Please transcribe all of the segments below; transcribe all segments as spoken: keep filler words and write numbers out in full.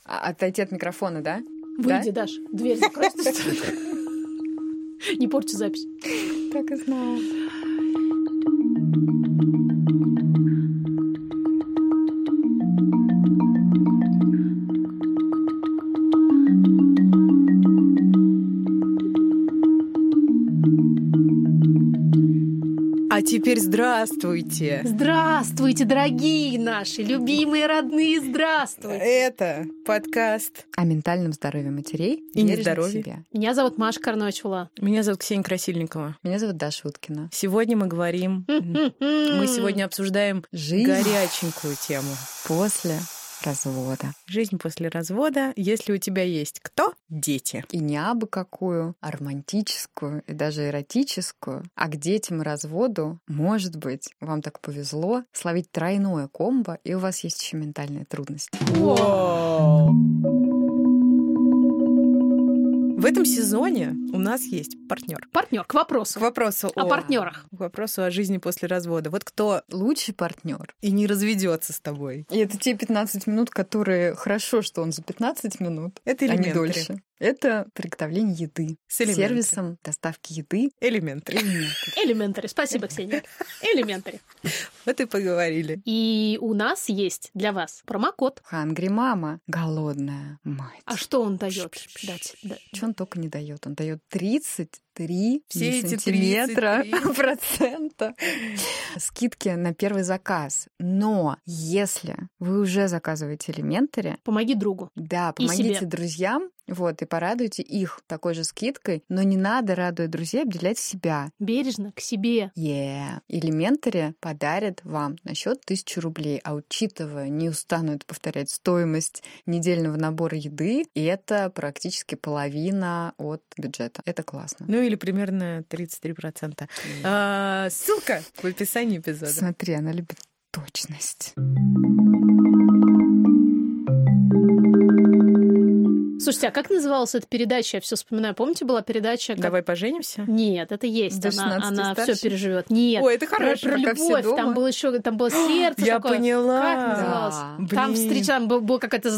Отойти от микрофона, да? Выйди, Даш, дверь закрой. Не порти запись. Так и знала. А теперь здравствуйте. Здравствуйте, дорогие наши, любимые, родные, здравствуйте. Это подкаст о ментальном здоровье матерей и нездоровье. Меня зовут Маша Карночула. Меня зовут Ксения Красильникова. Меня зовут Даша Уткина. Сегодня мы говорим, мы сегодня обсуждаем Жизнь горяченькую тему. После развода. Жизнь после развода, если у тебя есть кто? Дети. И не абы какую, а романтическую и даже эротическую. А к детям и разводу, может быть, вам так повезло словить тройное комбо, и у вас есть еще ментальные трудности. Вау! В этом сезоне у нас есть партнер. Партнер к вопросу. К вопросу о, о партнерах. К вопросу о жизни после развода. Вот кто лучший партнер и не разведется с тобой. И это те пятнадцать минут, которые хорошо, что он за пятнадцать минут, это а не дольше. Это приготовление еды с сервисом доставки еды. Элементари. Элементари. Спасибо, Ксения. Элементари. Вот и поговорили. И у нас есть для вас промокод. Hungry мама. Голодная мать. А что он дает? Дать? Что он только не дает? Он дает тридцать три Все эти сантиметра процента скидки на первый заказ. Но если вы уже заказываете элементари, помоги другу. Да, помогите друзьям. Вот, и порадуйте их такой же скидкой, но не надо, радуя друзей, обделять себя. Бережно к себе. Yeah. Элементари подарят вам на счет тысячу рублей, а учитывая, не устану это повторять, стоимость недельного набора еды, и это практически половина от бюджета. Это классно. Ну или примерно тридцать три процента. Yeah. А, ссылка в описании эпизода. Смотри, она любит точность. Слушайте, а как называлась эта передача? Я все вспоминаю. Помните, была передача? Как... Давай поженимся? Нет, это есть. Она, она все переживет. Нет. Ой, это хорошо. Про, про любовь. Там было еще, там было сердце. Я такое. поняла. Как называлось? Да. Там встреча, там была какая-то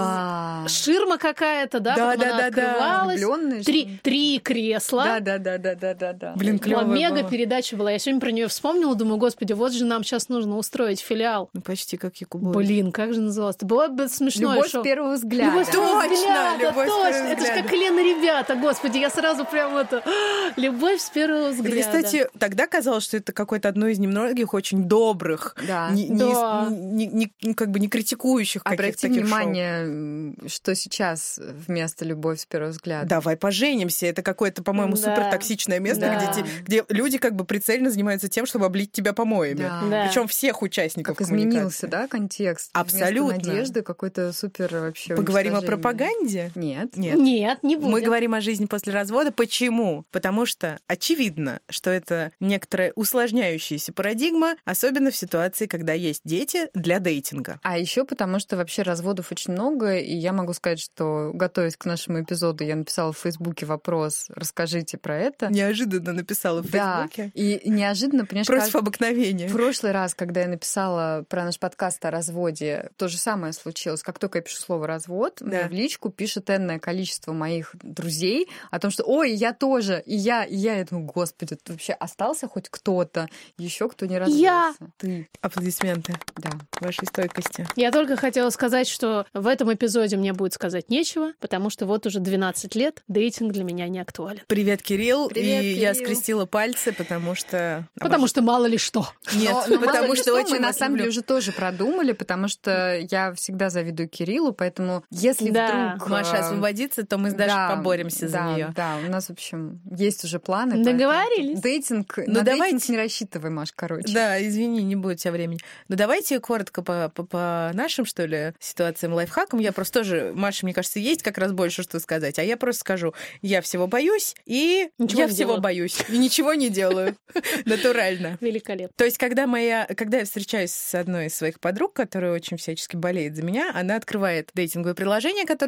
да. ширма какая-то, да? Да, Потом да, она да, открывалась. Да. Три, три кресла. Да, да, да, да, да, да, да. Блин, клёвая была. Мега передача была. Я сегодня про нее вспомнила, думаю, господи, вот же нам сейчас нужно устроить филиал. Ну, почти как Якубович. Блин, как же называлось? Это было бы смешное Любовь шоу. с первого взгляда. Любовь с первого Точно, взгляда, любовь точно. с первого Это же как Лена, ребята, господи, я сразу прям это... Любовь с первого взгляда. Это, кстати, тогда казалось, что это какое-то одно из немногих очень добрых, да. не, да. не, не, не, как бы не критикующих Обрати каких-то внимание, шоу. Что сейчас вместо «Любовь с первого взгляда». Давай поженимся. Это какое-то, по-моему, да. супертоксичное место, да. где, те, где люди как бы прицельно занимаются тем, чтобы облить тебя помоями. Да. Да. Причем всех участников как изменился, да, контекст? Абсолютно. Вместо надежды какой-то супер вообще Поговорим о пропаганде? Нет. Нет. Нет, не будем. Мы говорим о жизни после развода. Почему? Потому что очевидно, что это некоторая усложняющаяся парадигма, особенно в ситуации, когда есть дети для дейтинга. А еще потому, что вообще разводов очень много, и я могу сказать, что, готовясь к нашему эпизоду, я написала в Фейсбуке вопрос «Расскажите про это». Неожиданно написала в Фейсбуке. Да, и неожиданно, понимаешь, против как... обыкновения. В прошлый раз, когда я написала про наш подкаст о разводе, то же самое случилось. Как только я пишу слово «развод», да. мне в личку пишет энное количество моих друзей о том, что «Ой, я тоже, и я, и я». Я думаю, господи, тут вообще остался хоть кто-то, еще кто не развелся? Я. Ты. Аплодисменты. Да. Вашей стойкости. Я только хотела сказать, что в этом эпизоде мне будет сказать нечего, потому что вот уже двенадцать лет дейтинг для меня не актуален. Привет, Кирилл. Привет, и Кирилл. я скрестила пальцы, потому что... Потому что мало ли что. Нет, но, но потому что, что очень мы на самом люблю. деле уже тоже продумали, потому что я всегда завидую Кириллу, поэтому если да. вдруг... Маша освободится, то мы с Дашей да, поборемся да, за нее. Да, у нас, в общем, есть уже планы. Договорились. Дейтинг, ну, на давайте... дейтинг не рассчитывай, Маш, короче. Да, извини, не будет у тебя времени. Ну, давайте коротко по, по, по нашим, что ли, ситуациям, лайфхакам. Я просто тоже, Маша, мне кажется, есть как раз больше что сказать, а я просто скажу, я всего боюсь, и ничего я не всего делаю. боюсь, и ничего не делаю. Натурально. Великолепно. То есть, когда моя, когда я встречаюсь с одной из своих подруг, которая очень всячески болеет за меня, она открывает дейтинговые приложения, которые стоят у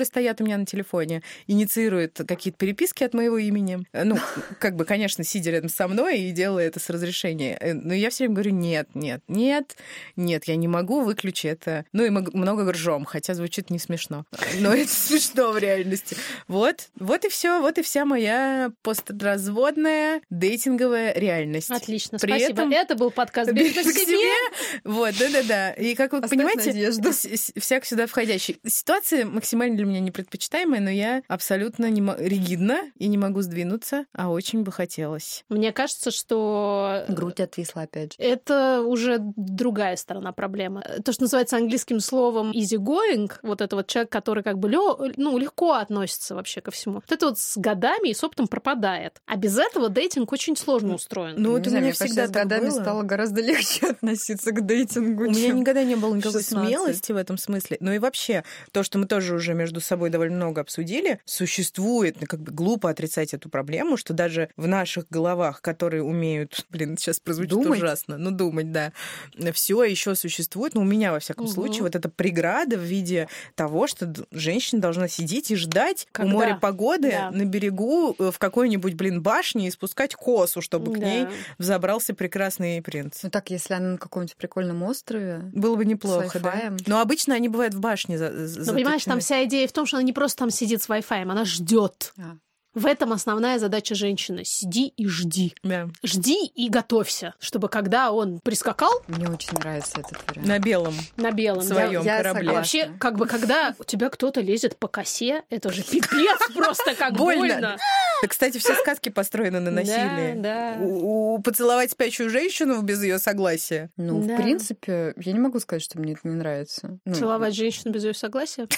меня на телефоне, инициирует какие-то переписки от моего имени. Ну, как бы, конечно, сидя рядом со мной и делая это с разрешения. Но я все время говорю, нет, нет, нет, нет, я не могу, выключи это. Ну и много ржем, хотя звучит не смешно. Но это смешно в реальности. Вот, вот и все, вот и вся моя постразводная дейтинговая реальность. Отлично, При спасибо. этом... Это был подкаст «Бережно к себе». Вот, да-да-да. И как вы Оставь понимаете, надежду. всяк сюда входящий. Ситуация максимально для меня непредпочитаемая, но я абсолютно не м- ригидна и не могу сдвинуться, а очень бы хотелось. Мне кажется, что... Грудь отвисла опять же. Это уже другая сторона проблемы. То, что называется английским словом easygoing, вот это вот человек, который как бы лё... ну, легко относится вообще ко всему. Вот это вот с годами и с опытом пропадает. А без этого дейтинг очень сложно устроен. Ну, вот Не у знаю, меня мне всегда кажется, с годами было. стало гораздо легче относиться к дейтингу, У меня чем никогда не было никакой шестнадцать. смелости в этом смысле. Ну и вообще, то, что мы тоже уже между собой довольно много обсудили, существует, ну, как бы глупо отрицать эту проблему, что даже в наших головах, которые умеют, блин, сейчас прозвучит Думать? ужасно, ну думать, да, все еще существует, ну у меня, во всяком Угу. случае, вот эта преграда в виде того, что д- женщина должна сидеть и ждать Когда? у моря погоды Да. на берегу э, в какой-нибудь, блин, башне и спускать косу, чтобы к Да. ней взобрался прекрасный принц. Ну так, если она на каком-нибудь прикольном острове, Было бы неплохо, С да. Wi-Fi. Но обычно они бывают в башне. За, Но понимаешь, там вся идея в том, что она не просто там сидит с Wi-Fi, она ждет. А. В этом основная задача женщины. Сиди и жди. Да. Жди и готовься, чтобы когда он прискакал мне очень нравится этот вариант. На белом на белом, в своем я корабле. согласна. вообще, как бы, когда у тебя кто-то лезет по косе, это же пипец просто, как Больно. больно. Да, кстати, все сказки построены на насилии. Да, да. У- у- поцеловать спящую женщину без ее согласия. Ну, Да. в принципе, я не могу сказать, что мне это не нравится. Ну, Целовать женщину без ее согласия?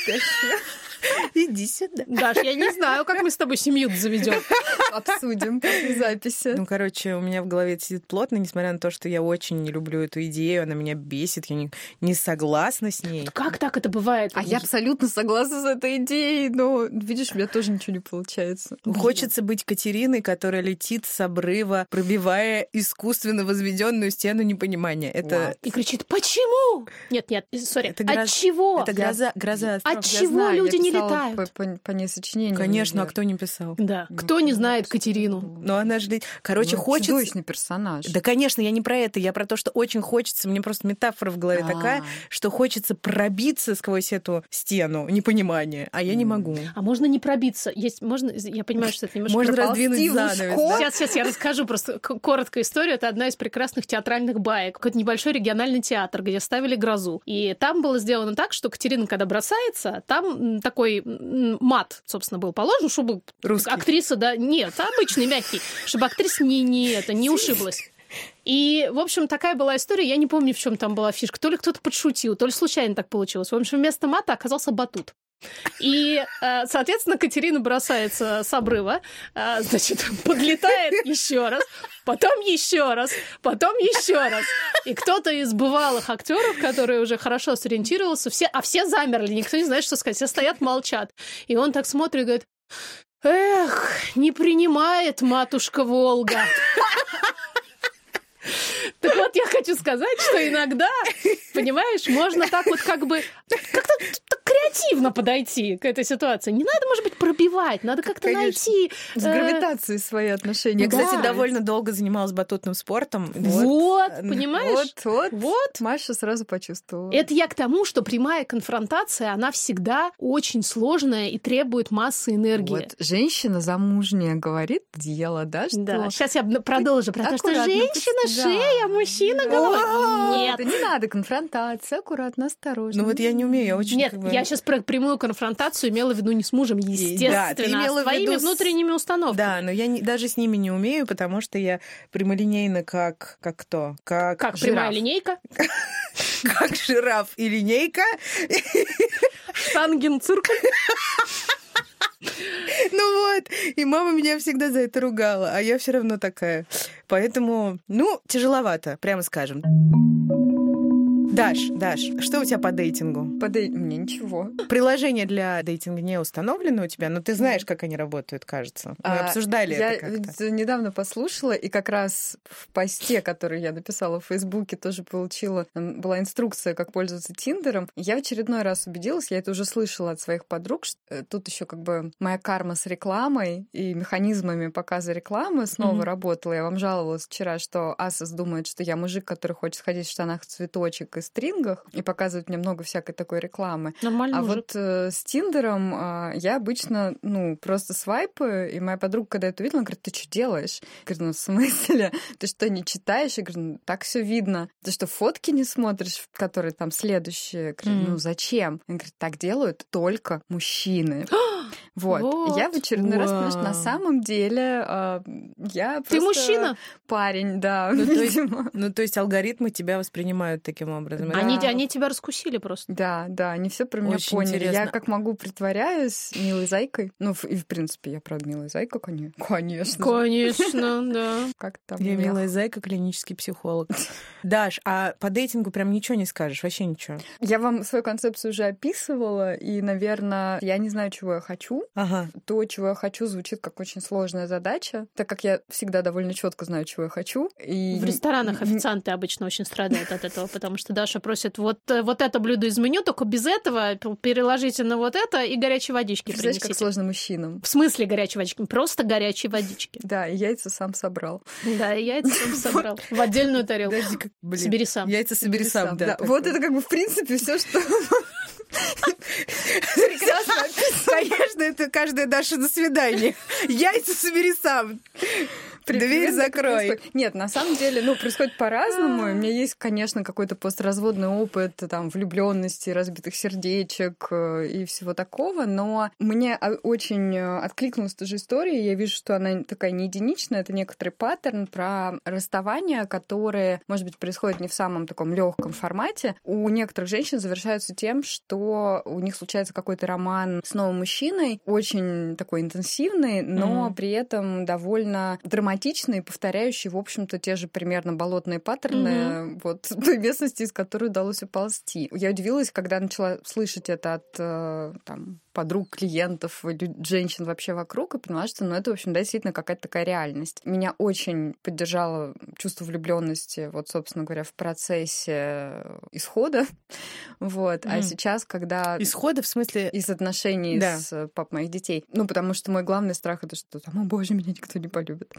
Иди сюда. Даш, я не знаю, как мы с тобой семью заведем. обсудим после записи. Ну, короче, у меня в голове это сидит плотно, несмотря на то, что я очень не люблю эту идею, она меня бесит, я не, не согласна с ней. Как так это бывает? А я абсолютно согласна с этой идеей, но, видишь, у меня тоже ничего не получается. Хочется быть Катериной, которая летит с обрыва, пробивая искусственно возведенную стену непонимания. Это, Вау. И кричит, почему? Нет, нет, сори, Это от гроз- чего? это гроза, гроза От остров. Я чего знаю, я люди не писала летают? По, по, по ней сочинению. Конечно, а например. кто не писал? Да, Ну, кто не знает конечно, Катерину? Но она же... лет- Короче, Ну, хочется... чудовищный персонаж. Да, конечно, я не про это, я про то, что очень хочется, мне просто метафора в голове А. такая, что хочется пробиться сквозь эту стену непонимания, а я не могу. А можно не пробиться? Есть, можно, я понимаю, что это немножко... Можно проползти раздвинуть в занавес. ушко. да? Сейчас, сейчас я расскажу просто к- короткую историю. Это одна из прекрасных театральных баек. Какой-то небольшой региональный театр, где ставили «Грозу». И там было сделано так, что Катерина, когда бросается, там м, такой м, мат, собственно, был положен, чтобы Русский. актриса, да, нет, обычный, мягкий, чтобы актриса не, не, это, не ушиблась. И, в общем, такая была история. Я не помню, в чем там была фишка. То ли кто-то подшутил, то ли случайно так получилось. В общем, вместо мата оказался батут. И, э, соответственно, Катерина бросается с обрыва, э, значит, подлетает еще раз, потом еще раз, потом еще раз. И кто-то из бывалых актеров, который уже хорошо сориентировался, все, а все замерли, никто не знает, что сказать, все стоят, молчат. И он так смотрит и говорит: эх, не принимает матушка Волга. Так вот, я хочу сказать, что иногда, понимаешь, можно так вот как бы как-то так креативно подойти к этой ситуации. Не надо, может быть, пробивать, надо как-то Конечно. найти... С э, гравитацией свои отношения. Я, кстати, Да. довольно долго занималась батутным спортом. Вот, Вот. понимаешь? Вот, вот, Вот. Маша сразу почувствовала. Это я к тому, что прямая конфронтация, она всегда очень сложная и требует массы энергии. Вот женщина замужняя говорит дело, да, что... Да, сейчас я продолжу про то, что Аккуратно, женщина пусть- да. шея, мужчина голова. Нет, Да не надо конфронтации, аккуратно, осторожно. Ну вот я не умею, я очень... Нет, как бы- я сейчас про прямую конфронтацию имела в виду не с мужем, естественно, ты имела а в с твоими виду с- внутренними установками. Да, но я не- даже с ними не умею, потому что я прямолинейно как... Как кто? Как, Как жираф. прямая линейка, Как жираф и линейка. штангенциркуль. Ну вот, и мама меня всегда за это ругала, а я все равно такая. Поэтому, ну, тяжеловато, прямо скажем. Даш, Даш, что у тебя по дейтингу? По дей... Мне ничего. Приложение для дейтинга не установлено у тебя, но ты знаешь, как они работают, кажется. Мы а, обсуждали я это как-то. Я недавно послушала, и как раз в посте, который я написала в Фейсбуке, тоже получила, там была инструкция, как пользоваться Тиндером. Я в очередной раз убедилась, я это уже слышала от своих подруг, что тут еще как бы моя карма с рекламой и механизмами показа рекламы снова mm-hmm. работала. Я вам жаловалась вчера, что Асос думает, что я мужик, который хочет ходить в штанах цветочек и стрингах, и показывает мне много всякой такой рекламы. Нормально. А мужик. вот э, с Тиндером э, я обычно, ну, просто свайпаю, и моя подруга, когда это увидела, она говорит, ты что делаешь? Я говорю, ну, в смысле? Ты что, не читаешь? Я говорю, ну, так все видно. Ты что, фотки не смотришь, которые там следующие? Я говорю, ну, зачем? Она говорит, так делают только мужчины. Вот. вот. Я в очередной раз, понимаешь, на самом деле э, я просто... Ты мужчина? Парень, да, ну, видимо. То есть, ну, то есть алгоритмы тебя воспринимают таким образом. Да. Они, они тебя раскусили просто. Да, да, они все про меня Очень поняли. интересно. Я как могу притворяюсь милой зайкой. Ну, и в принципе, я, правда, милая зайка, конечно. Конечно. Конечно, да. Как там? Я милая зайка, клинический психолог. Даш, а по дейтингу прям ничего не скажешь? Вообще ничего? Я вам свою концепцию уже описывала, и, наверное, я не знаю, чего я хочу. Ага. То, чего я хочу, звучит как очень сложная задача, так как я всегда довольно четко знаю, чего я хочу. И... В ресторанах официанты обычно очень страдают от этого, потому что Даша просит вот, вот это блюдо из меню, только без этого переложите на вот это и горячей водички принесите. Знаешь, как сложно мужчинам. В смысле горячей водички? Просто горячей водички. Да, и яйца сам собрал. Да, и яйца сам собрал. В отдельную тарелку. Собери сам. Яйца собери сам, да. Вот это как бы в принципе все, что... Прекрасно. Конечно, это каждое Даша на свидание. Яйца собери сам. Дверь закрой. Нет, на самом деле, ну, происходит по-разному. У меня есть, конечно, какой-то постразводный опыт там влюбленности, разбитых сердечек и всего такого, но мне очень откликнулась та же история. Я вижу, что она такая не единичная, это некоторый паттерн про расставания, которые, может быть, происходят не в самом таком легком формате. У некоторых женщин завершаются тем, что у них случается какой-то роман с новым мужчиной, очень такой интенсивный, но mm-hmm. при этом довольно драматичный, повторяющий, в общем-то, те же примерно болотные паттерны mm-hmm. вот той местности, из которой удалось уползти. Я удивилась, когда начала слышать это от там, подруг, клиентов, женщин вообще вокруг, и поняла, что ну, это, в общем, да, действительно какая-то такая реальность. Меня очень поддержало чувство влюбленности, вот, собственно говоря, в процессе исхода. Вот. Mm. А сейчас, когда... Исхода, в смысле... Из отношений да. с папой моих детей. Ну, потому что мой главный страх — это что, там, о боже, меня никто не полюбит.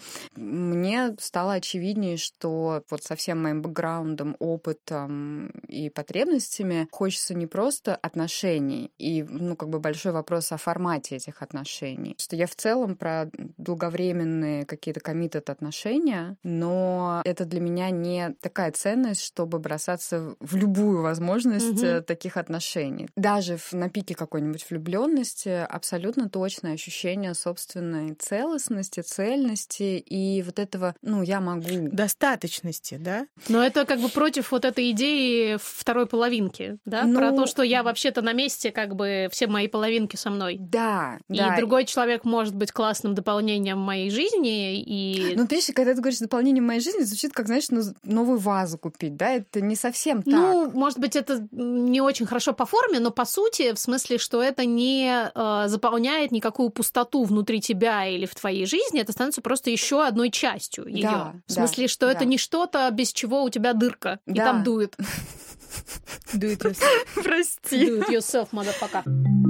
Мне стало очевиднее, что вот со всем моим бэкграундом, опытом и потребностями хочется не просто отношений и, ну, как бы большой вопрос о формате этих отношений. Что я в целом про долговременные какие-то committed отношения, но это для меня не такая ценность, чтобы бросаться в любую возможность mm-hmm. таких отношений. Даже в, на пике какой-нибудь влюбленности абсолютно точное ощущение собственной целостности, цельности и вот этого, ну, я могу. Достаточности, да? Но это как бы против вот этой идеи второй половинки, да? Ну... Про то, что я вообще-то на месте, как бы все мои половинки со мной. Да, и да. другой человек может быть классным дополнением моей жизни. И... Ну, ты видишь, когда ты говоришь дополнением моей жизни, звучит как, знаешь, ну, новую вазу купить, да? Это не совсем так. Ну, может быть, это не очень хорошо по форме, но по сути, в смысле, что это не э, заполняет никакую пустоту внутри тебя или в твоей жизни, это становится просто еще одной частью ее. Да, в смысле, да, что да. это не что-то, без чего у тебя дырка, да. и там дует. Do it yourself. Прости. Do it yourself, motherfucker.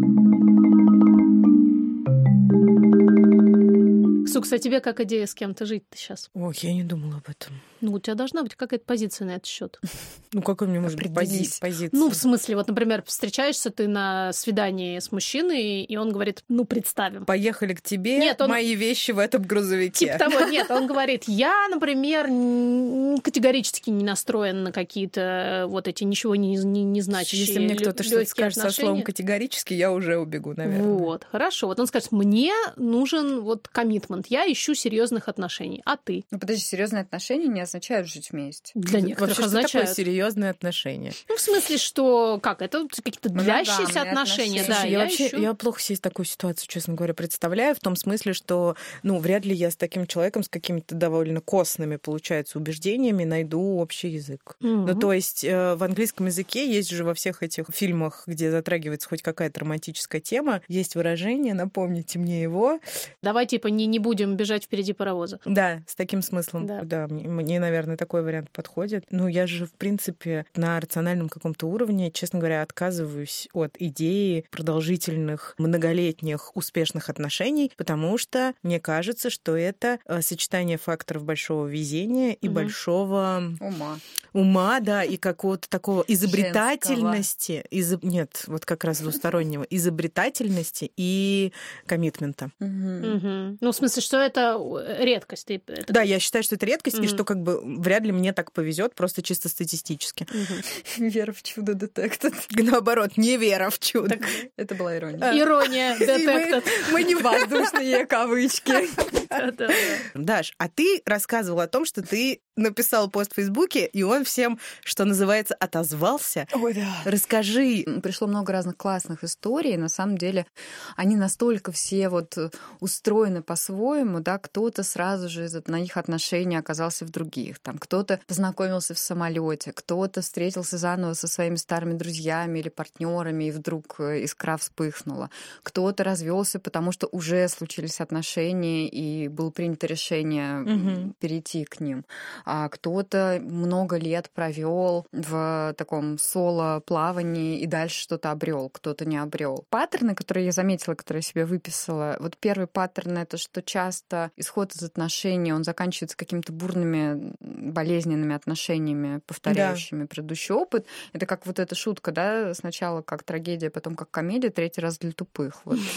Сук, а тебе как идея с кем-то жить-то сейчас? Ой, я не думала об этом. Ну, у тебя должна быть какая-то позиция на этот счет. Ну, какой мне может быть пози- позиция? Ну, в смысле, вот, например, встречаешься ты на свидании с мужчиной, и он говорит, ну, представим. Поехали к тебе, нет, он... мои вещи в этом грузовике. Типа того, нет, он говорит, я, например, категорически не настроен на какие-то вот эти ничего не, не, не значащие Если мне кто-то что-то скажет отношения. со словом категорически, я уже убегу, наверное. Вот, хорошо. Вот он скажет, мне нужен вот коммитмент, я ищу серьезных отношений, а ты? Ну, подожди, серьезные отношения не означают жить вместе. Для некоторых Вообще, означает. Что такое серьезные отношения? Ну, в смысле, что как? Это какие-то длящиеся отношения. отношения. Да, Слушай, я, я вообще ищу... я плохо себе такую ситуацию, честно говоря, представляю, в том смысле, что ну, вряд ли я с таким человеком с какими-то довольно костными, получается, убеждениями найду общий язык. Mm-hmm. Ну, то есть э, в английском языке есть же во всех этих фильмах, где затрагивается хоть какая-то романтическая тема, есть выражение, напомните мне его. Давай, типа, не, не будем бежать впереди паровоза. Да, с таким смыслом. Да, да мне, мне, наверное, такой вариант подходит. Ну, я же, в принципе, на рациональном каком-то уровне, честно говоря, отказываюсь от идеи продолжительных, многолетних, успешных отношений, потому что мне кажется, что это сочетание факторов большого везения и угу. большого ума. Ума, да, и какого-то такого изобретательности. Из... Нет, вот как раз двустороннего. Изобретательности и коммитмента. Угу. Угу. Ну, в смысле, что это редкость. Ты... Это... Да, я считаю, что это редкость, угу. и что как бы вряд ли мне так повезет, просто чисто статистически. Угу. Вера в чудо детектед. Наоборот, не вера в чудо. Так, это была ирония. А. Ирония детектед. Мы не воздушные кавычки. Даш, а ты рассказывала о том, что ты написал пост в Фейсбуке, и он всем, что называется, отозвался. Ой, да. Расскажи. Пришло много разных классных историй. На самом деле, они настолько все вот устроены по-своему, да, кто-то сразу же на их отношения оказался в других. Там кто-то познакомился в самолете, кто-то встретился заново со своими старыми друзьями или партнерами, и вдруг искра вспыхнула. Кто-то развелся, потому что уже случились отношения, и было принято решение угу. перейти к ним. А кто-то много лет провел в таком соло-плавании и дальше что-то обрел, кто-то не обрел. Паттерны, которые я заметила, которые я себе выписала, вот первый паттерн — это что часто исход из отношений, он заканчивается какими-то бурными, болезненными отношениями, повторяющими да. предыдущий опыт. Это как вот эта шутка, да, сначала как трагедия, потом как комедия, третий раз для тупых.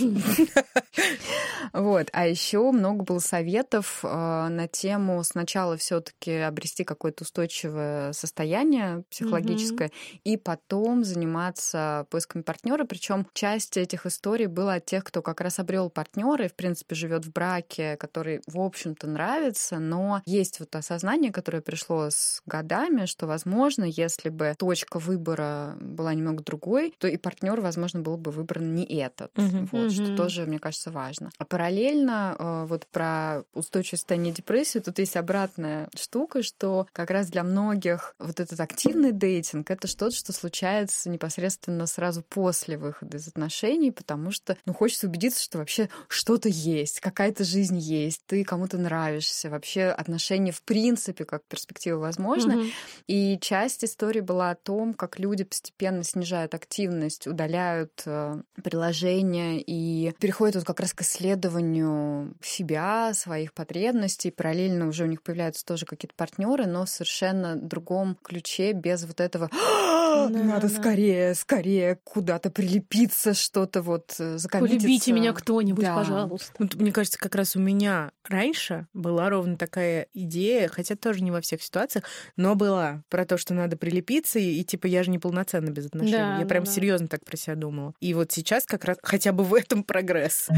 Вот. А еще много было советов на тему сначала все-таки обрести какое-то устойчивое состояние психологическое, mm-hmm. и потом заниматься поисками партнера. Причем часть этих историй была от тех, кто как раз обрел партнера и, в принципе, живет в браке, который, в общем-то, нравится, но есть вот осознание, которое пришло с годами, что, возможно, если бы точка выбора была немного другой, то и партнер, возможно, был бы выбран не этот. Mm-hmm. Вот, mm-hmm. что тоже, мне кажется, важно. А параллельно вот про устойчивое состояние депрессии тут есть обратная штука, что как раз для многих вот этот активный дейтинг — это что-то, что случается непосредственно сразу после выхода из отношений, потому что, ну, хочется убедиться, что вообще что-то есть, какая-то жизнь есть, ты кому-то нравишься, вообще отношения в принципе как перспектива возможны. Mm-hmm. И часть истории была о том, как люди постепенно снижают активность, удаляют э, приложения и переходят вот как раз к исследованию себя, своих потребностей. Параллельно уже у них появляются тоже какие-то партнеры, но в совершенно другом ключе, без вот этого да, надо да. скорее, скорее куда-то прилепиться, что-то вот закоммититься. Полюбите меня кто-нибудь, да. пожалуйста. Вот, мне кажется, как раз у меня раньше была ровно такая идея, хотя тоже не во всех ситуациях, но была про то, что надо прилепиться, и, и типа я же неполноценна без отношений. Да, я прям да, серьезно да. так про себя думала. И вот сейчас как раз хотя бы в этом прогресс.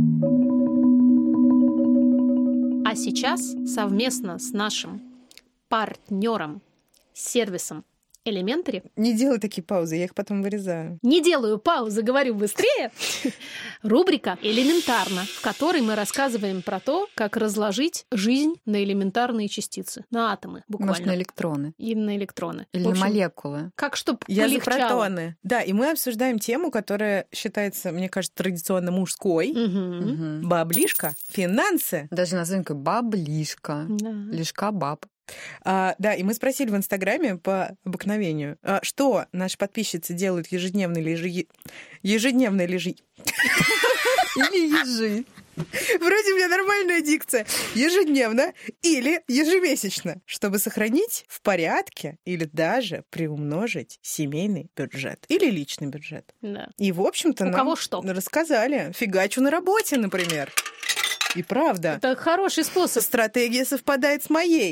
А сейчас совместно с нашим партнером, сервисом Elementary. Не делай такие паузы, я их потом вырезаю. Не делаю паузы, говорю быстрее. Рубрика «Элементарно», в которой мы рассказываем про то, как разложить жизнь на элементарные частицы, на атомы буквально. Может, на электроны. И на электроны. Или общем, на молекулы. Как чтоб Я полегчало. за протоны. Да, и мы обсуждаем тему, которая считается, мне кажется, традиционно мужской. Угу. Угу. Баблишка, финансы. Даже название как баблишка. Да. Лишка баб. А, да, и мы спросили в Инстаграме по обыкновению, а, что наши подписчицы делают ежедневно или ежи... ежедневно или ежи... Или ежи. Вроде у меня нормальная дикция. Ежедневно или ежемесячно, чтобы сохранить в порядке или даже приумножить семейный бюджет или личный бюджет. Да. И, в общем-то, у нам кого что? рассказали. Фигачу на работе, например. И правда. Это хороший способ. Стратегия совпадает с моей.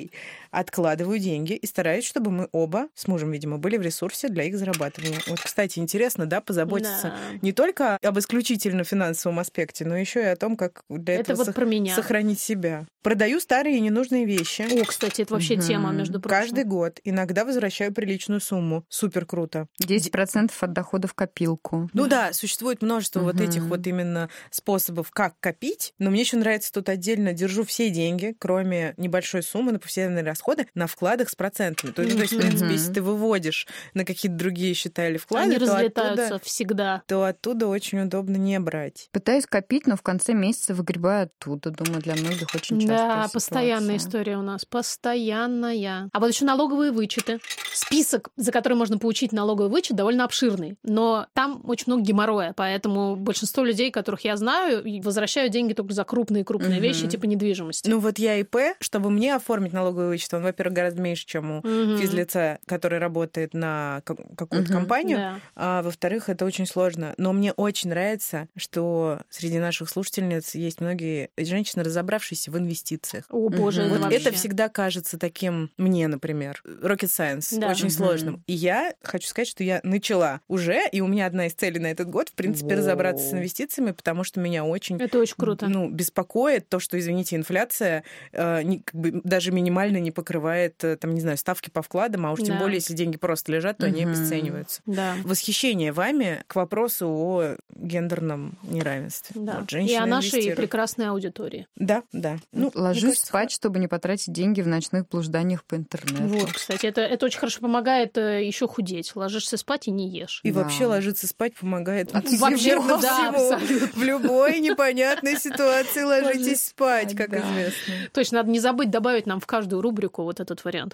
откладываю деньги и стараюсь, чтобы мы оба с мужем, видимо, были в ресурсе для их зарабатывания. Вот, кстати, интересно, да, позаботиться Да. не только об исключительно финансовом аспекте, но еще и о том, как для Это этого вот со- про меня. сохранить себя. Продаю старые и ненужные вещи. О, кстати, это вообще Мгм. тема, между прочим. Каждый год. Иногда возвращаю приличную сумму. Супер круто. десять процентов от дохода в копилку. Ну да, существует множество вот Мгм. этих вот именно способов, как копить, но мне еще нравится тут отдельно держу все деньги, кроме небольшой суммы на повседневные расходы, на вкладах с процентами. То есть, ну, то есть, в принципе, Мгм. если ты выводишь на какие-то другие счета или вклады, Они то разлетаются оттуда, всегда. то оттуда очень удобно не брать. Пытаюсь копить, но в конце месяца выгребаю оттуда. Думаю, для многих очень часто. Да, постоянная история у нас. Постоянная. А вот еще налоговые вычеты. Список, за который можно получить налоговый вычет, довольно обширный. Но там очень много геморроя. Поэтому большинство людей, которых я знаю, возвращают деньги только за крупные-крупные Мгм. вещи, типа недвижимости. Ну вот я ИП, чтобы мне оформить налоговый вычет, он, во-первых, гораздо меньше, чем у Мгм. физлица, который работает на как- какую-то Мгм. компанию. Да. А во-вторых, это очень сложно. Но мне очень нравится, что среди наших слушательниц есть многие женщины, разобравшиеся в инвестициях. О, боже, Мгм. это Вот вообще... это всегда кажется таким, мне, например, rocket science, Да. очень Мгм. сложным. И я хочу сказать, что я начала уже, и у меня одна из целей на этот год, в принципе, Воу. разобраться с инвестициями, потому что меня очень Это очень круто. ну, беспокоит то, что, извините, инфляция э, не, как бы, даже минимально не покрывает, э, там, не знаю, ставки по вкладам, а уж тем Да. более, если деньги просто лежат, то они Мгм. обесцениваются. Да. Восхищение вами к вопросу о гендерном неравенстве. Да. Вот, И женщины о нашей инвестируют. прекрасной аудитории. Да, да. Ну, мне Ложусь кажется, спать, чтобы не потратить деньги в ночных блужданиях по интернету. Вот, кстати, это, это очень хорошо помогает еще худеть. Ложишься спать и не ешь. И Да. вообще ложиться спать помогает От Вообще, примерно да, всему. абсолютно. В любой непонятной ситуации ложитесь спать, как да. известно. Точно, надо не забыть добавить нам в каждую рубрику вот этот вариант.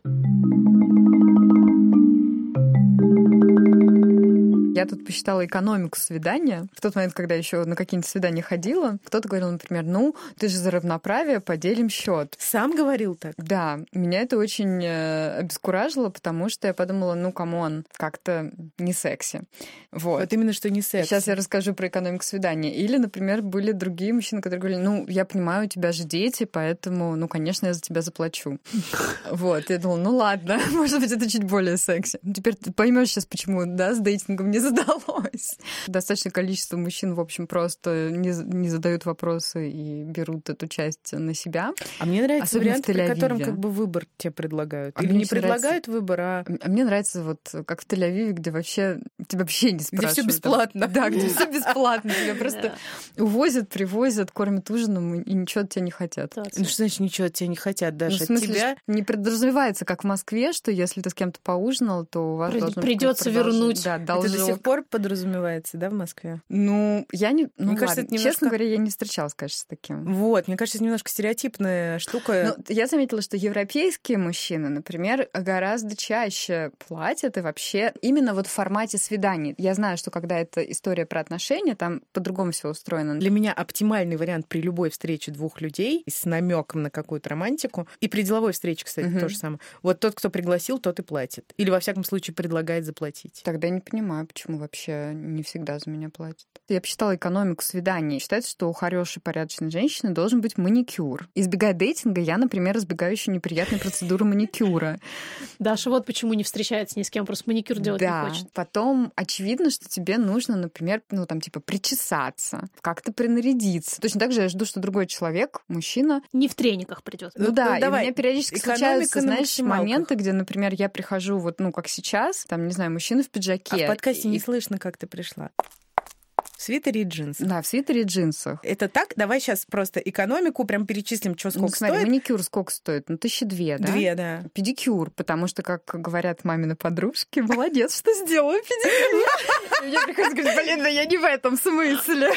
Я тут посчитала экономику свидания. В тот момент, когда еще на какие-нибудь свидания ходила, кто-то говорил, например, ну, ты же за равноправие, поделим счет. Сам говорил так? Да, меня это очень э, обескуражило, потому что я подумала, ну, камон, как-то не секси. Вот. Вот именно, что не секс. Сейчас я расскажу про экономику свидания. Или, например, были другие мужчины, которые говорили, ну, я понимаю, у тебя же дети, поэтому, ну, конечно, я за тебя заплачу. Вот. Я думала, ну, ладно, может быть, это чуть более секси. Ну, теперь ты поймешь сейчас, почему, да, с дейтингом не задалось. Достаточное количество мужчин, в общем, просто не, не задают вопросы и берут эту часть на себя. А мне нравится Особенно вариант, в при Тель-Авиве. котором как бы выбор тебе предлагают. А Или мне не очень предлагают выбор, а А мне нравится вот как в Тель-Авиве, где вообще тебя вообще не где спрашивают. все бесплатно. Да, где все бесплатно. Тебя просто увозят, привозят, кормят ужином и ничего от тебя не хотят. Ну что значит, ничего от тебя не хотят, Ну, Даша? в От смысле, тебя... что не подразумевается, как в Москве, что если ты с кем-то поужинал, то у вас При- должно быть придётся какое-то продолжение. вернуть. Да, Это до должок. сих пор подразумевается, да, в Москве? Ну, я не... Ну, Мне кажется, ладно, это немножко- честно говоря, я не встречалась, конечно, с таким. Вот, мне кажется, это немножко стереотипная штука. Ну, я заметила, что европейские мужчины, например, гораздо чаще платят и вообще именно вот в формате свиданий. Я знаю, что когда это история про отношения, там по-другому все устроено. Для меня оптимальный вариант при любой встрече двух людей с намеком на какую-то романтику, и при деловой встрече, кстати, Мгм. то же самое. Вот тот, кто пригласил, тот и платит. Или, во всяком случае, предлагает заплатить. Тогда я не понимаю, почему вообще не всегда за меня платят. Я посчитала экономику свиданий. Считается, что у хорошей, порядочной женщины должен быть маникюр. Избегая дейтинга, я, например, избегаю еще неприятной процедуры маникюра. Даша вот почему не встречается ни с кем, просто маникюр делать Да, не хочет. потом очевидно, что тебе нужно, например, ну там типа причесаться, как-то принарядиться. Точно так же я жду, что другой человек, мужчина. Не в трениках придет. Ну, Ну, да, ну, и давай. у меня периодически Экономика случаются, на знаешь, максималках. моменты, где, например, я прихожу вот, ну, как сейчас, там, не знаю, мужчина в А пиджаке. в подкасте и- не слышно, как ты пришла. В свитере и джинсы. Да, в свитере и джинсах. Это так? Давай сейчас просто экономику прям перечислим, что Ну, сколько смотри, стоит. маникюр сколько стоит? Ну, тысячи две, да? Две, да. Педикюр, потому что, как говорят мамины подружки, молодец, что сделала педикюр. И мне приходится говорить, блин, да я не в этом смысле.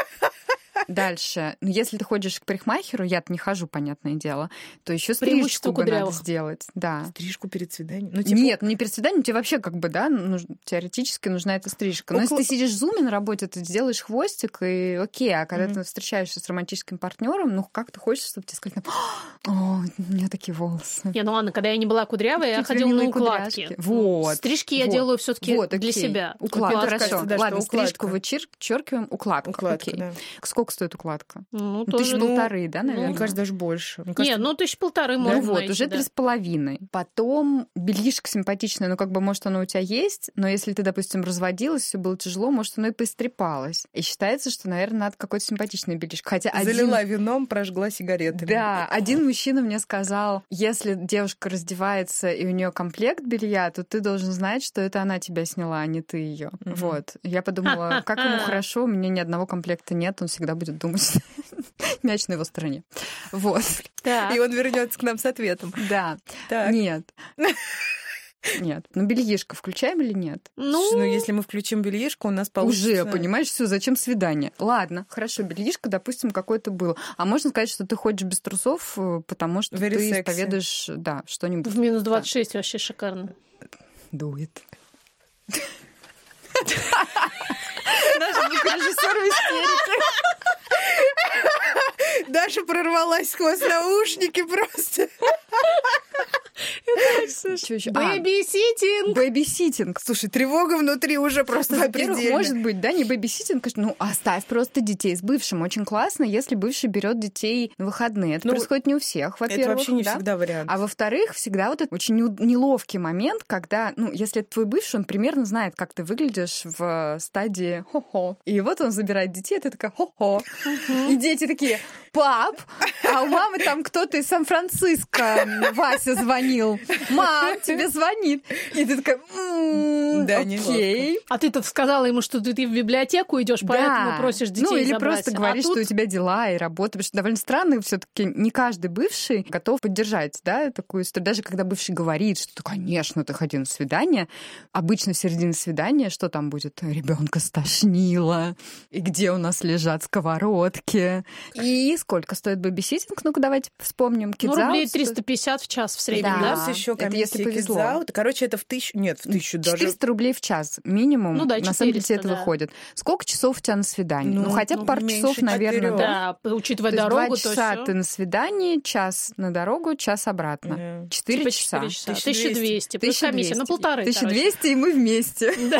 Дальше, ну, если ты ходишь к парикмахеру, я-то не хожу, понятное дело, то еще Преимущество стрижку бы надо кудрявых. сделать. Да. Стрижку перед свиданием. Ну, типа, Нет, ну не перед свиданием, тебе вообще как бы, да, нуж- теоретически нужна эта стрижка. Но Около- если ты сидишь в зуме на работе, ты сделаешь хвостик, и окей, а когда Мгм. ты встречаешься с романтическим партнером, ну как ты хочешь, чтобы тебе сказали, о, у меня такие волосы. Не, ну ладно, когда я не была кудрявой, я Какие у тебя ходила на милые укладки. кудряшки. Вот, Стрижки я вот, делаю все таки Вот, для окей. себя. Укладка, Мне хорошо. кажется, да, что Ладно, укладка. стрижку вычеркиваем, укладка. укладка, окей. да. Сколько стоит укладка? Ну, Тысяч тоже... полторы, да, наверное? Мне кажется, даже больше. Мне Не, кажется, ну тысяч полторы Ну можно вот, найти, уже да. три с половиной. Потом бельишко симпатичное, ну как бы, может, оно у тебя есть, но если ты, допустим, разводилась, все было тяжело, может, оно и поистрепалось. И считается, что, наверное, надо какое-то симпатичное бельишко. Хотя один... залила вином, прожгла сигаретами. Да, один мужчина мне сказал, если девушка раздевается и у нее комплект белья, то ты должен знать, что это она тебя сняла, а не ты ее. Мгм. Вот. Я подумала, как ему хорошо, у меня ни одного комплекта нет, он всегда будет думать, что мяч на его стороне. Вот. Так. И он вернется к нам с ответом. Да. Так. Нет. Нет. Ну, бельишко включаем или нет? Ну, Слушай, ну если мы включим бельишко, у нас получится... Уже, понимаешь, все, зачем свидание? Ладно, хорошо, бельишко, допустим, какое-то было. А можно сказать, что ты ходишь без трусов, э, потому что Very ты sexy. исповедуешь, да, что-нибудь. в минус двадцать шесть вообще шикарно. Дует. Наш звукорежиссер в истерике. Даша прорвалась сквозь наушники просто. Что еще? Бэби-ситинг! Бэби-ситинг. Слушай, тревога внутри уже просто Во-первых, запредельна. может быть, да, не бэби-ситинг, ну, оставь просто детей с бывшим. Очень классно, если бывший берет детей на выходные. Это Ну, происходит не у всех, во-первых. Это вообще не да? всегда вариант. А во-вторых, всегда вот этот очень не- неловкий момент, когда, ну, если это твой бывший, он примерно знает, как ты выглядишь в стадии хо-хо. И вот он забирает детей, а ты такая хо-хо. И дети такие, пап, а у мамы там кто-то из Сан-Франциско, Вася звонил. Мам, тебе звонит. И ты такая, «М, Да, окей. А ты-то сказала ему, что ты, ты в библиотеку идешь, поэтому Да. просишь детей Ну, или забрать. просто А говоришь, тут- что у тебя дела и работа. Потому что довольно странно, все таки не каждый бывший готов поддержать, да, такую историю. Даже когда бывший говорит, что, «Да, конечно, ты ходи на свидание», обычно в середине свидания что там будет? Ребенка стошнило. И где у нас лежат сковородки? И сколько стоит бэбиситинг? Ну-ка, давайте вспомним. Ну, Kids рублей Out стоит- триста пятьдесят в час в среднем, Да. да? Плюс еще это комиссия если повезло. Kids Out. Короче, это в тысячу... Нет, в тысячу даже. четыреста рублей в час минимум. Ну да, на самом деле четыреста, это да. выходит. Сколько часов у тебя на свидании? Ну, Ну, хотя бы ну, пару меньше часов, наверное, четырёх. да. Да, учитывая То есть дорогу, два то часа всё. ты на свидании, час на дорогу, час обратно. Да. Четыре Типа часа. четыре часа. тысяча тысяча двести. Плюс комиссия. Ну, полторы, тысяча короче. двести, и мы вместе. Да.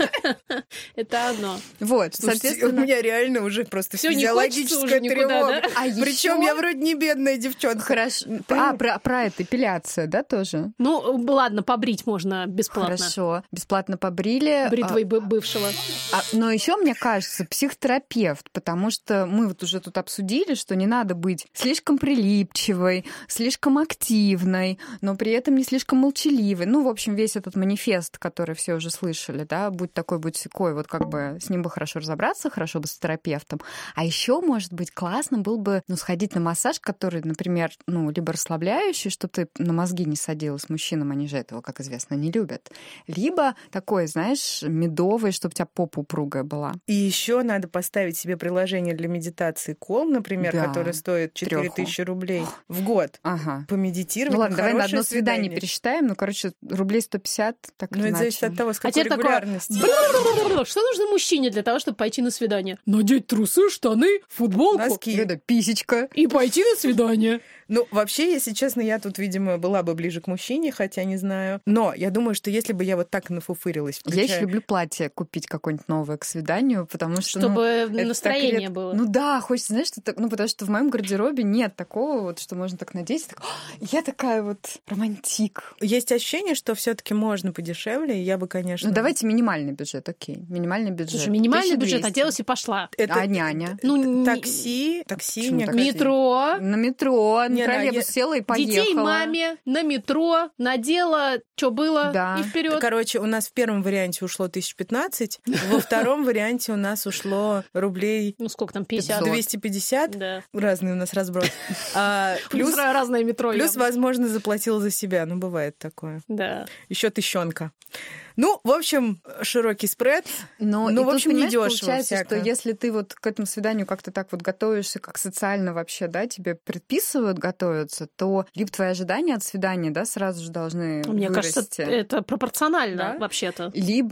Это одно. Вот, Слушайте, у соответственно... меня реально уже просто Всё, не хочется физиологическая уже никуда, тревога. да? А Причем ещё- я вроде не бедная девчонка. Хорошо. А, про, про это, эпиляция, да, тоже? Ну, ладно, побрить можно бесплатно. Хорошо. Бесплатно побрили. Бритвой бы- бывшего. А, но еще, мне кажется, психотерапевт, потому что мы вот уже тут обсудили, что не надо быть слишком прилипчивой, слишком активной, но при этом не слишком молчаливой. Ну, в общем, весь этот манифест, который все уже слышали, да, будь такой, будь сякой, вот как бы с ним бы хорошо разобраться, хорошо бы с терапевтом. А еще, может быть, классно было бы, ну, сходить на массаж, который, например, ну, либо расслабляющий, чтобы ты на мозги не садила с мужчинам, они же этого, как известно, не любят. Либо такой, знаешь, медовый, чтобы у тебя попа упругая была. И еще надо поставить себе приложение для медитации Calm, например, Да. которое стоит четыре тысячи рублей в год. Ага. Помедитировать. Ну ладно, давай на одно свидание свидание пересчитаем. Ну, короче, рублей сто пятьдесят, так Ну, или это зависит иначе. от того, с А какой тебе такое, регулярностью. «Бля-бля-бля-бля-бля». Что нужно мужчине для того, чтобы пойти на свидание? Надеть трусы, штаны, футболку Носки. Это писечка. и пойти на свидание. Ну, вообще, если честно, я тут, видимо, была бы ближе к мужчине, хотя не знаю. Но я думаю, что если бы я вот так нафуфырилась, Я включая- еще люблю платье купить какое-нибудь новое к свиданию, потому что... ну, Чтобы это так настроение ред- было. Ну да, хочется, знаешь, что так, ну потому что в моем гардеробе нет такого вот, что можно так надеть, так, «О, я такая вот романтик. Есть ощущение, что все-таки можно подешевле, и я бы, конечно... Ну давайте минимальный бюджет, окей, минимальный бюджет. Слушай, минимальный бюджет, тысяча двести. оделась и пошла. Это А няня? Ну, не- такси, такси, Почему мне такси? кажется. Метро. На метро, Не, на на троллейбус е- села и поехала. Детей маме, на метро, надела, что было, Да. и вперед. Короче, у нас в первом варианте ушло тысяча пятнадцать, во втором варианте у нас ушло рублей Ну, сколько там, пятьдесят? пятьсот. двести пятьдесят. Да. Разный у нас разброс. А, Плюс Плюс, разное метро. плюс, явно. возможно, заплатила за себя. Ну, бывает такое. Да. Еще тыщенка. Ну, в общем, широкий спред. Но, Ну, и в тут, общем, понимаешь, недешево получается, всяко. что если ты вот к этому свиданию как-то так вот готовишься, как социально вообще, да, тебе предписывают готовиться, то либо твои ожидания от свидания, да, сразу же должны Мне вырасти. кажется, это пропорционально Да? вообще-то.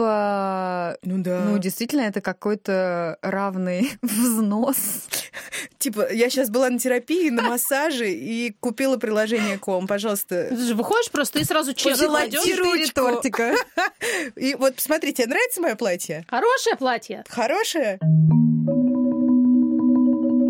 Либо, Ну да. ну, действительно, это какой-то равный взнос. Типа, я сейчас была на терапии, на массаже и купила приложение Ком. Пожалуйста. Ты же выходишь просто и сразу чек Пожелайте кладёшь. ручку. тортика. И вот, посмотрите, нравится мое платье? Хорошее платье. Хорошее?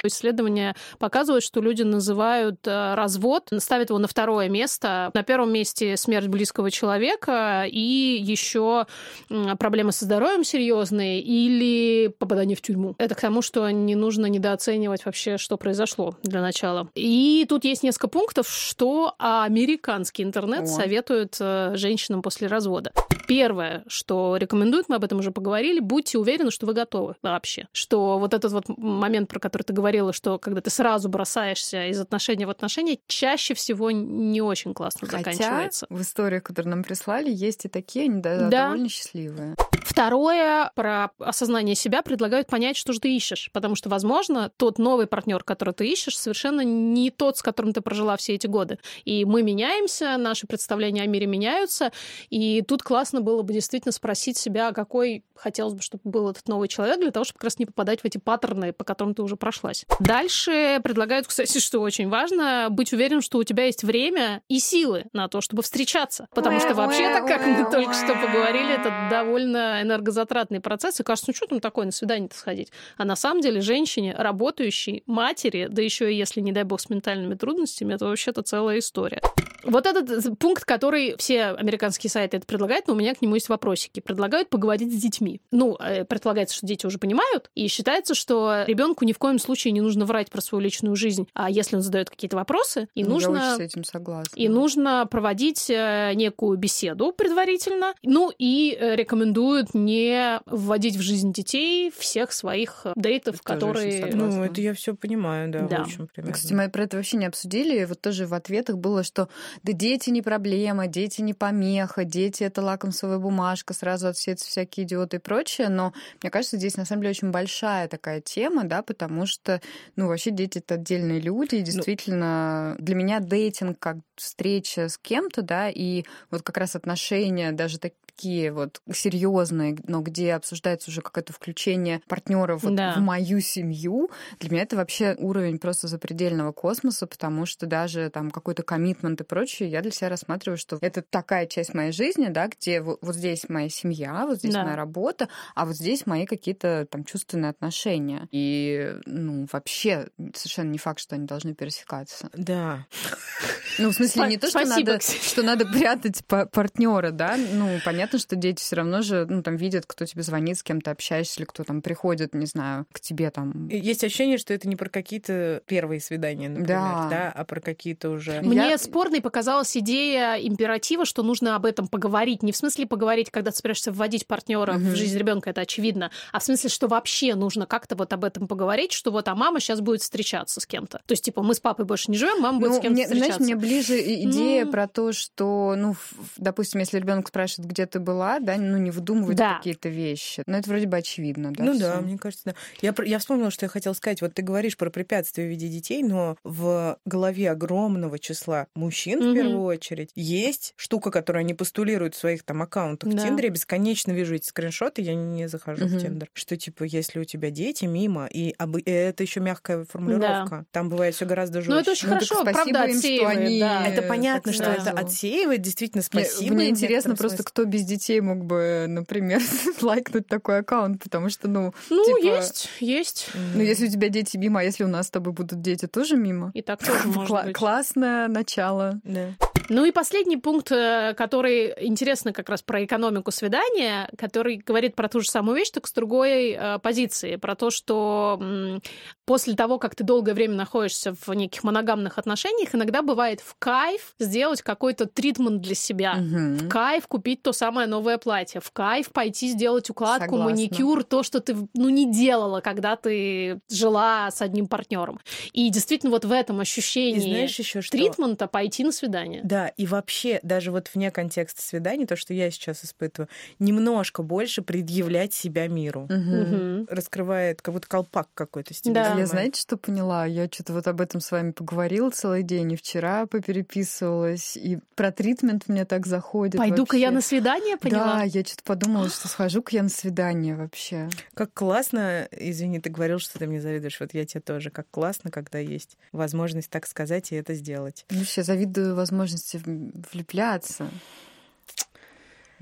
Исследования показывают, что люди называют развод, ставят его на второе место. На первом месте смерть близкого человека и еще проблемы со здоровьем серьезные или попадание в тюрьму. Это к тому, что не нужно недооценивать вообще, что произошло для начала. И тут есть несколько пунктов, что американский интернет О. советует женщинам после развода. Первое, что рекомендуют, мы об этом уже поговорили, будьте уверены, что вы готовы вообще. Что вот этот вот момент, про который ты говорила, что когда ты сразу бросаешься из отношения в отношения, чаще всего не очень классно Хотя заканчивается. в историях, которые нам прислали, есть и такие, они да, да. довольно счастливые. Второе, про осознание себя предлагают понять, что же ты ищешь. Потому что, возможно, тот новый партнер, который ты ищешь, совершенно не тот, с которым ты прожила все эти годы. И мы меняемся, наши представления о мире меняются. И тут классно было бы действительно спросить себя, какой хотелось бы, чтобы был этот новый человек, для того, чтобы как раз не попадать в эти паттерны, по которым ты уже прошлась. Дальше предлагают, кстати, что очень важно, быть уверенным, что у тебя есть время и силы на то, чтобы встречаться. Потому что вообще-то, как мы только что поговорили, это довольно энергозатратный процесс, и кажется, ну что там такое, на свидание-то сходить? А на самом деле женщине, работающей, матери, да еще и если, не дай бог, с ментальными трудностями, это вообще-то целая история. Вот этот пункт, который все американские сайты это предлагают, но у меня к нему есть вопросики. Предлагают поговорить с детьми. Ну, предполагается, что дети уже понимают, и считается, что ребенку ни в коем случае не нужно врать про свою личную жизнь, а если он задает какие-то вопросы, и нужно... Я очень с этим согласна. И нужно проводить некую беседу предварительно, ну и рекомендуют не вводить в жизнь детей всех своих дейтов, это которые... Ну, это я все понимаю, да, да. в общем, примерно. Кстати, мы про это вообще не обсудили. Вот тоже в ответах было, что да дети не проблема, дети не помеха, дети — это лакмусовая бумажка, сразу отсеются всякие идиоты и прочее. Но мне кажется, здесь на самом деле очень большая такая тема, да, потому что, ну, вообще дети — это отдельные люди, и действительно ну... для меня дейтинг как встреча с кем-то, да, и вот как раз отношения даже такие вот серьезные, но где обсуждается уже какое-то включение партнеров вот да. в мою семью, для меня это вообще уровень просто запредельного космоса, потому что даже там какой-то коммитмент и прочее я для себя рассматриваю, что это такая часть моей жизни, да, где вот, вот здесь моя семья, вот здесь да. моя работа, а вот здесь мои какие-то там чувственные отношения. И, ну, вообще совершенно не факт, что они должны пересекаться. Да. Ну, в смысле, не то, что надо, что надо прятать партнера, да, ну, понятно, что дети все равно же, ну, там, видят, кто тебе звонит, с кем ты общаешься, или кто там приходит, не знаю, к тебе там. Есть ощущение, что это не про какие-то первые свидания, например, да, да а про какие-то уже... Мне Я... спорной показалась идея императива, что нужно об этом поговорить. Не в смысле поговорить, когда ты собираешься вводить партнера mm-hmm. в жизнь ребенка, это очевидно, а в смысле, что вообще нужно как-то вот об этом поговорить, что вот, а мама сейчас будет встречаться с кем-то. То есть, типа, мы с папой больше не живем, мама будет ну, с кем-то мне, встречаться. Знаешь, мне ближе идея ну... про то, что, ну, допустим, если ребенок спрашивает, где ты была, да, ну, не выдумывать да. какие-то вещи. Ну, это вроде бы очевидно, да? Ну всё? Да, мне кажется, да. Я, я вспомнила, что я хотела сказать. Вот ты говоришь про препятствия в виде детей, но в голове огромного числа мужчин, mm-hmm. в первую очередь, есть штука, которую они постулируют в своих там аккаунтах да. в Тиндере. Я бесконечно вижу эти скриншоты, я не захожу mm-hmm. в Тиндер. Что, типа, если у тебя дети, мимо, и, об... и это еще мягкая формулировка. Да. Там бывает все гораздо жестче. Ну, это очень ну, хорошо, правда, им, что они... да. Это понятно, так что сразу. это отсеивает, действительно, спасибо. Мне интересно просто, кто без детей мог бы, например, лайкнуть такой аккаунт, потому что, ну, Ну, типа... есть, есть. Ну, если у тебя дети мимо, а если у нас с тобой будут дети, тоже мимо? И так тоже может Кла- быть. Классное начало. Да. Ну и последний пункт, который интересно как раз про экономику свидания, который говорит про ту же самую вещь, только с другой э, позиции, про то, что м, после того, как ты долгое время находишься в неких моногамных отношениях, иногда бывает в кайф сделать какой-то тритмент для себя, Угу. в кайф купить то самое новое платье, в кайф пойти сделать укладку, Согласна. маникюр, то, что ты ну, не делала, когда ты жила с одним партнером. И действительно вот в этом ощущении И знаешь еще что? тритмента пойти на свидание. Да, и вообще, даже вот вне контекста свиданий, то, что я сейчас испытываю, немножко больше предъявлять себя миру. Угу. Угу. Раскрывает как будто колпак какой-то с тебя. Да. Я, снимает. знаете, что поняла? Я что-то вот об этом с вами поговорила целый день, и вчера попереписывалась, и про тритмент мне так заходит. Пойду-ка вообще. я на свидание, поняла? Да, я что-то подумала, что схожу-ка я на свидание вообще. Как классно, извини, ты говорил, что ты мне завидуешь, вот я тебе тоже. Как классно, когда есть возможность так сказать и это сделать. Ну, я завидую возможности влюбляться.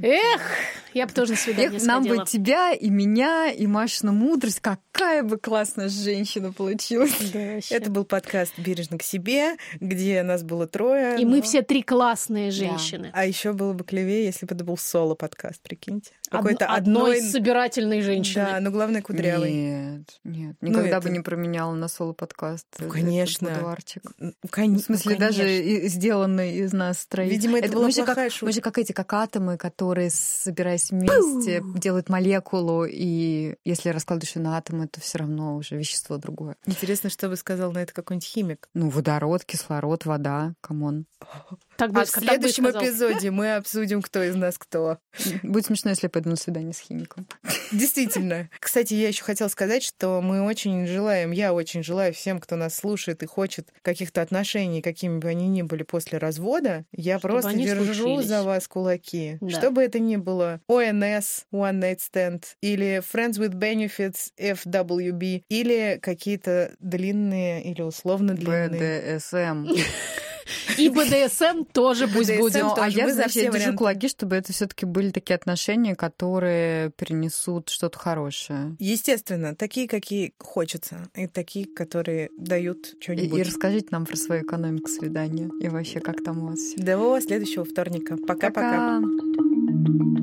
Эх, я бы тоже на свидание Эх, нам сходила. бы тебя и меня, и Машину мудрость. Какая бы классная женщина получилась. Да, вообще. Это был подкаст «Бережно к себе», где нас было трое. И но- мы все три классные женщины. А еще было бы клевее, если бы это был соло-подкаст, прикиньте. Од- Какой-то одной одной... собирательной женщины. Да, но главное кудрявый. Нет, нет. Ну, Никогда это- бы не променяла на соло-подкаст. Ну, этот конечно. будуарчик. Ну, кон- В смысле, ну, даже конечно. и- сделанный из нас троих. Видимо, это была мы, же плохая как, шутка. мы же как эти, как атомы, которые, собираясь вместе, делают молекулу, и если раскладываешь ее на атомы, то все равно уже вещество другое. Интересно, что бы сказал на это какой-нибудь химик. Ну, водород, кислород, вода, камон. Так бы А и в ска- так бы и следующем сказал. эпизоде мы обсудим, кто из нас кто. Будет смешно, если я пойду на свидание с химиком. Действительно. Кстати, я еще хотела сказать, что мы очень желаем, я очень желаю всем, кто нас слушает и хочет каких-то отношений, какими бы они ни были после развода, я Чтобы просто они держу случились. за вас кулаки. Да. Что бы это ни было, о эн эс, One Night Stand, или Friends with Benefits, эф дабл ю би, или какие-то длинные или условно длинные. бэ дэ эс эм. И бэ дэ эс эм тоже пусть бэ дэ эс эм будет. Ну, а тоже. я, Мы за знаешь, все я держу варианты. кулаки, чтобы это все таки были такие отношения, которые перенесут что-то хорошее. Естественно, такие, какие хочется, и такие, которые дают И, что-нибудь. и расскажите нам про свою экономику свидания. И вообще, как там у вас все. До следующего вторника. Пока-пока. Пока.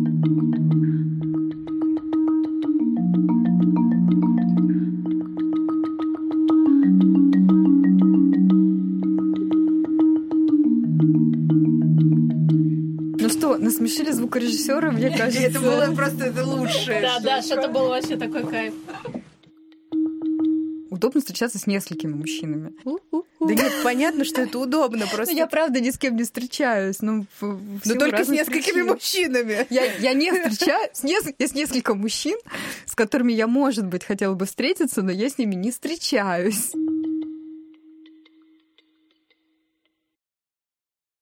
Ну что, насмешили звукорежиссера, мне кажется. Это было просто это лучшее. Да, Даш, это был вообще такой кайф. Удобно встречаться с несколькими мужчинами. Да нет, понятно, что это удобно, просто... Ну, я правда ни с кем не встречаюсь. Ну, в- в Но силу только с разных несколькими причин. мужчинами. Я, я не встречаюсь, с нес- есть несколько мужчин, с которыми я, может быть, хотела бы встретиться, но я с ними не встречаюсь.